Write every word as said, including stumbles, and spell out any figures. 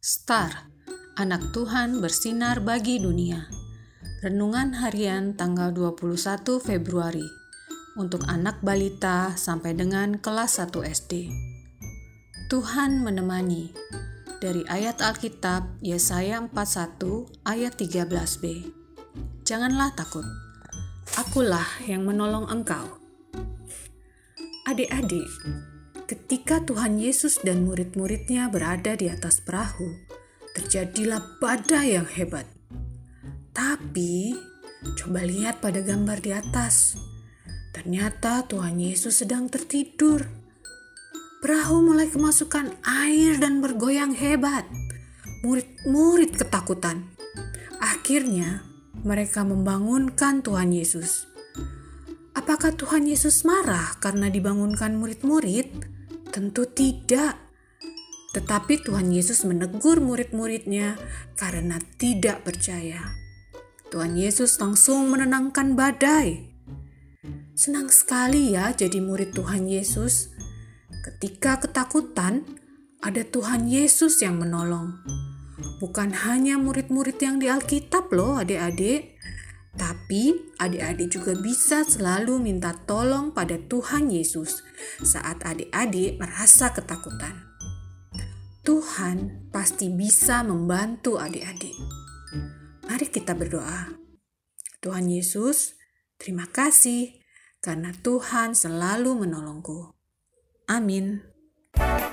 Star, Anak Tuhan bersinar bagi dunia. Renungan harian tanggal dua puluh satu Februari untuk anak balita sampai dengan kelas satu S D. Tuhan menemani. Dari ayat Alkitab Yesaya empat puluh satu ayat tiga belas b. Janganlah takut. Akulah yang menolong engkau. Adik-adik, ketika Tuhan Yesus dan murid-muridnya berada di atas perahu, terjadilah badai yang hebat. Tapi, coba lihat pada gambar di atas. Ternyata Tuhan Yesus sedang tertidur. Perahu mulai kemasukan air dan bergoyang hebat. Murid-murid ketakutan. Akhirnya, mereka membangunkan Tuhan Yesus. Apakah Tuhan Yesus marah karena dibangunkan murid-murid? Tentu tidak. Tetapi Tuhan Yesus menegur murid-muridnya karena tidak percaya. Tuhan Yesus langsung menenangkan badai. Senang sekali ya jadi murid Tuhan Yesus. Ketika ketakutan, ada Tuhan Yesus yang menolong. Bukan hanya murid-murid yang di Alkitab loh adik-adik. Tapi adik-adik juga bisa selalu minta tolong pada Tuhan Yesus saat adik-adik merasa ketakutan. Tuhan pasti bisa membantu adik-adik. Mari kita berdoa. Tuhan Yesus, terima kasih karena Tuhan selalu menolongku. Amin.